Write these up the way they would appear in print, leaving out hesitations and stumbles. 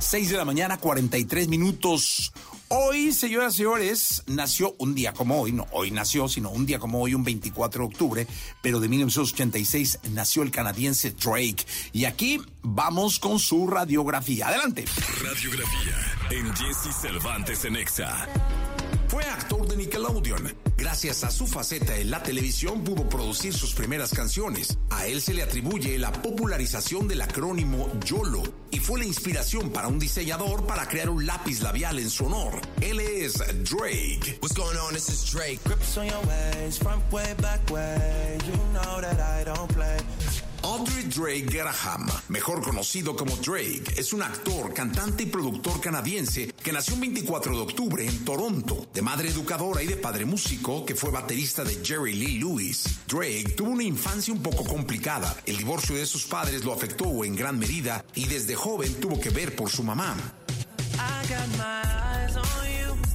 6 de la mañana, 43 minutos. Hoy, señoras y señores, nació un día como hoy, no hoy nació, sino un día como hoy, un 24 de octubre, pero de 1986 nació el canadiense Drake. Y aquí vamos con su radiografía. Adelante. Radiografía en Jesse Cervantes en Exa. Fue actor de Nickelodeon. Gracias a su faceta en la televisión pudo producir sus primeras canciones. A él se le atribuye la popularización del acrónimo YOLO y fue la inspiración para un diseñador para crear un lápiz labial en su honor. Él es Drake. What's going on? This is Drake. Grips on your ways, front way, back way. You know that I don't play. Audrey Drake Graham, mejor conocido como Drake, es un actor, cantante y productor canadiense que nació el 24 de octubre en Toronto. De madre educadora y de padre músico, que fue baterista de Jerry Lee Lewis, Drake tuvo una infancia un poco complicada. El divorcio de sus padres lo afectó en gran medida y desde joven tuvo que ver por su mamá. I got my eyes on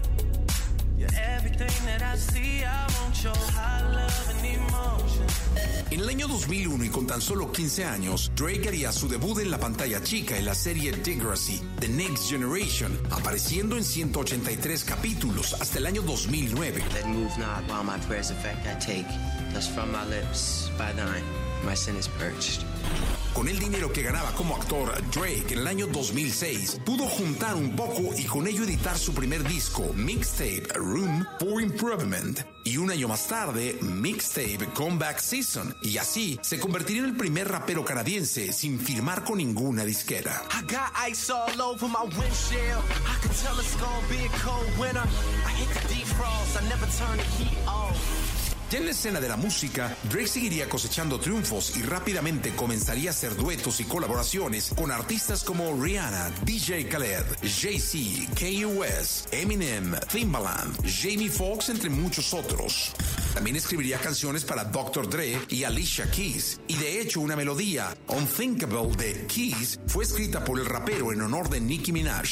you. You're everything that I see. I want your high love and emotion. En el año 2001 y con tan solo 15 años, Drake haría su debut en la pantalla chica en la serie Degrassi, The Next Generation, apareciendo en 183 capítulos hasta el año 2009. That move not while my prayers effect I take, thus from my lips, by thine, my sin is purged. Con el dinero que ganaba como actor, Drake en el año 2006 pudo juntar un poco y con ello editar su primer disco, Mixtape Room for Improvement, y un año más tarde, Mixtape Comeback Season, y así se convertiría en el primer rapero canadiense sin firmar con ninguna disquera. I got ice all over my windshield. I can tell it's gonna be a cold winter. I hit the defrost, I never turn the heat off. Ya en la escena de la música, Drake seguiría cosechando triunfos y rápidamente comenzaría a hacer duetos y colaboraciones con artistas como Rihanna, DJ Khaled, Jay-Z, KUS, Eminem, Timbaland, Jamie Foxx, entre muchos otros. También escribiría canciones para Dr. Dre y Alicia Keys, y de hecho una melodía, Unthinkable, de Keys, fue escrita por el rapero en honor de Nicki Minaj.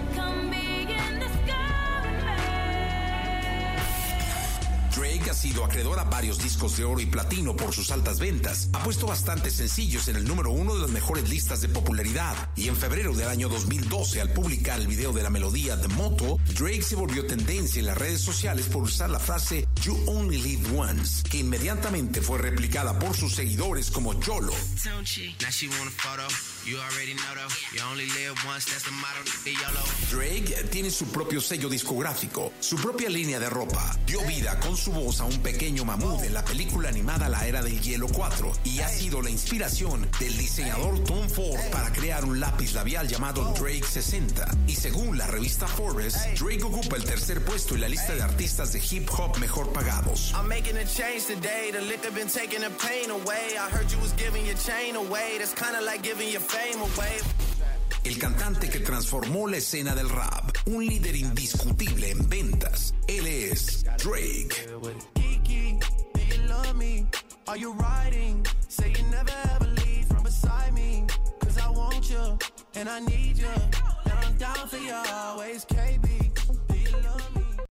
Drake ha sido acreedor a varios discos de oro y platino por sus altas ventas. Ha puesto bastantes sencillos en el número 1 de las mejores listas de popularidad. Y en febrero del año 2012, al publicar el video de la melodía The Motto, Drake se volvió tendencia en las redes sociales por usar la frase You Only Live Once, que inmediatamente fue replicada por sus seguidores como YOLO. Drake tiene su propio sello discográfico, su propia línea de ropa. Dio vida con su voz a un pequeño mamut en la película animada La Era del Hielo 4 y ha sido la inspiración del diseñador Tom Ford para crear un lápiz labial llamado Drake 60. Y según la revista Forbes, Drake ocupa el tercer puesto en la lista de artistas de hip hop mejor pagados. I'm making a change today. The liquor been taking the pain away. I heard you was giving your chain away. That's kind of like giving your fame away. El cantante que transformó la escena del rap, un líder indiscutible en ventas. Él es Drake. Kiki, do you love me? Are you riding? Say you never ever leave from beside me. Cause I want you and I need you. And I'm down for you always.